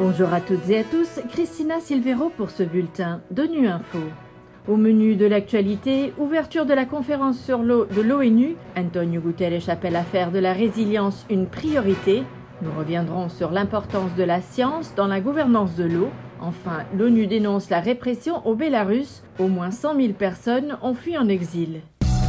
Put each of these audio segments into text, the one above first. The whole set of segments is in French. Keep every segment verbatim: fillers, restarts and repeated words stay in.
Bonjour à toutes et à tous, Christina Silvero pour ce bulletin d'ONU Info. Au menu de l'actualité, ouverture de la conférence sur l'eau de l'ONU, Antonio Guterres appelle à faire de la résilience une priorité. Nous reviendrons sur l'importance de la science dans la gouvernance de l'eau. Enfin, l'ONU dénonce la répression au Bélarus. Au moins cent mille personnes ont fui en exil.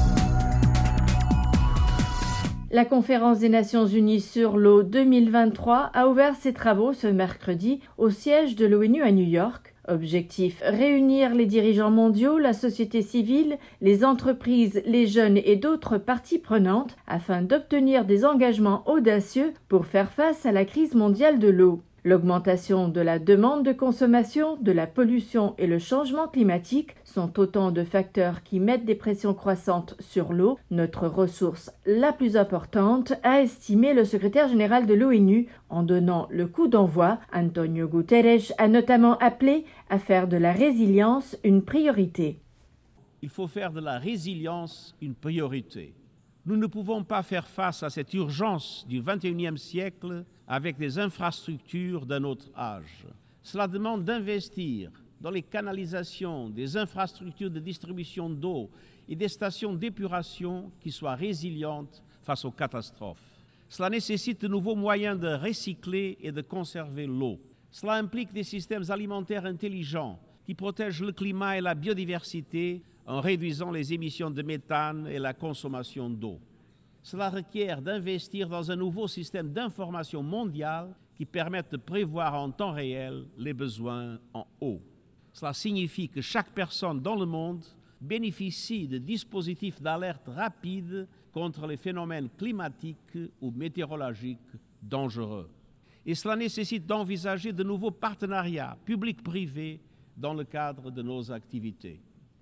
La conférence des Nations Unies sur l'eau deux mille vingt-trois a ouvert ses travaux ce mercredi au siège de l'ONU à New York. Objectif, réunir les dirigeants mondiaux, la société civile, les entreprises, les jeunes et d'autres parties prenantes afin d'obtenir des engagements audacieux pour faire face à la crise mondiale de l'eau. L'augmentation de la demande de consommation, de la pollution et le changement climatique sont autant de facteurs qui mettent des pressions croissantes sur l'eau, notre ressource la plus importante, a estimé le secrétaire général de l'ONU. En donnant le coup d'envoi, Antonio Guterres a notamment appelé à faire de la résilience une priorité. Il faut faire de la résilience une priorité. Nous ne pouvons pas faire face à cette urgence du vingt et unième siècle avec des infrastructures d'un autre âge. Cela demande d'investir dans les canalisations, des infrastructures de distribution d'eau et des stations d'épuration qui soient résilientes face aux catastrophes. Cela nécessite de nouveaux moyens de recycler et de conserver l'eau. Cela implique des systèmes alimentaires intelligents qui protègent le climat et la biodiversité en réduisant les émissions de méthane et la consommation d'eau. Cela requiert d'investir dans un nouveau système d'information mondial qui permette de prévoir en temps réel les besoins en eau. Cela signifie que chaque personne dans le monde bénéficie de dispositifs d'alerte rapide contre les phénomènes climatiques ou météorologiques dangereux. Et cela nécessite d'envisager de nouveaux partenariats publics-privés dans le cadre de nos activités.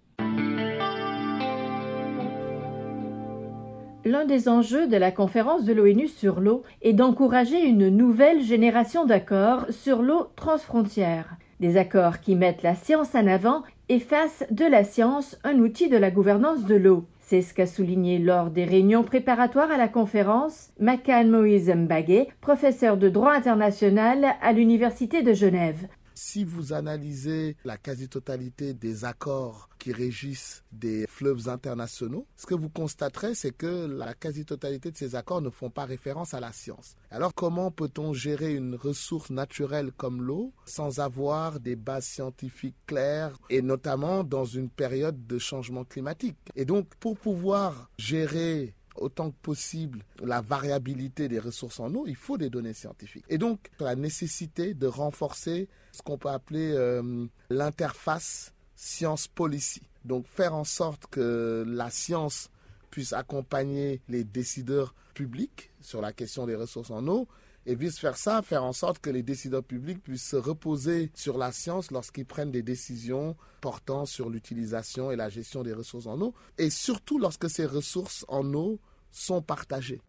L'un des enjeux de la conférence de l'ONU sur l'eau est d'encourager une nouvelle génération d'accords sur l'eau transfrontière. Des accords qui mettent la science en avant et fassent de la science un outil de la gouvernance de l'eau. C'est ce qu'a souligné lors des réunions préparatoires à la conférence Makan Moïse Mbagé, professeur de droit international à l'Université de Genève. Si vous analysez la quasi-totalité des accords qui régissent des fleuves internationaux, ce que vous constaterez, c'est que la quasi-totalité de ces accords ne font pas référence à la science. Alors comment peut-on gérer une ressource naturelle comme l'eau sans avoir des bases scientifiques claires et notamment dans une période de changement climatique? Et donc, pour pouvoir gérer autant que possible la variabilité des ressources en eau, il faut des données scientifiques. Et donc, la nécessité de renforcer ce qu'on peut appeler euh, l'interface science-policy. Donc, faire en sorte que la science puisse accompagner les décideurs publics sur la question des ressources en eau et vice-versa, faire en sorte que les décideurs publics puissent se reposer sur la science lorsqu'ils prennent des décisions portant sur l'utilisation et la gestion des ressources en eau, et surtout lorsque ces ressources en eau sont partagées.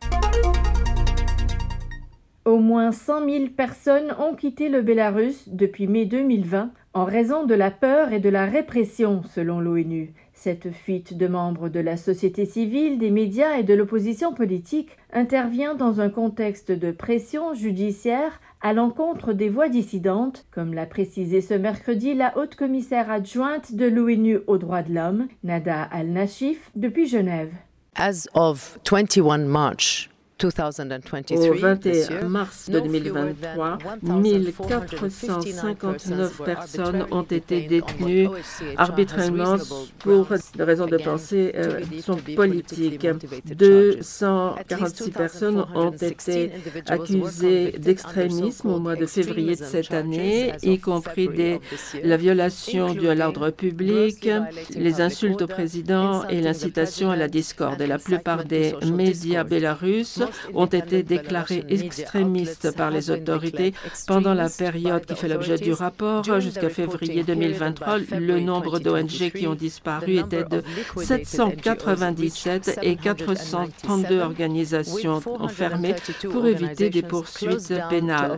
Au moins cent mille personnes ont quitté le Bélarus depuis mai deux mille vingt en raison de la peur et de la répression, selon l'ONU. Cette fuite de membres de la société civile, des médias et de l'opposition politique intervient dans un contexte de pression judiciaire à l'encontre des voix dissidentes, comme l'a précisé ce mercredi la haute commissaire adjointe de l'ONU aux droits de l'homme, Nada Al-Nashif, depuis Genève. As of twenty-one March Au vingt et un mars deux mille vingt-trois, mille quatre cent cinquante-neuf personnes ont été détenues arbitrairement pour des raisons de pensée euh, sont politiques. deux cent quarante-six personnes ont été accusées d'extrémisme au mois de février de cette année, y compris des, la violation de l'ordre public, les insultes au président et l'incitation à la discorde. La plupart des médias bélarusses ont été déclarés extrémistes par les autorités pendant la période qui fait l'objet du rapport. Jusqu'à février deux mille vingt-trois, le nombre d'O N G qui ont disparu était de sept cent quatre-vingt-dix-sept et quatre cent trente-deux organisations ont fermé pour éviter des poursuites pénales.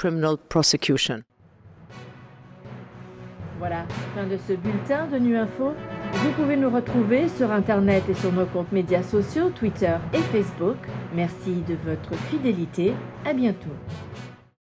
Voilà, fin de ce bulletin de Nu Info. Vous pouvez nous retrouver sur Internet et sur nos comptes médias sociaux, Twitter et Facebook. Merci de votre fidélité. À bientôt.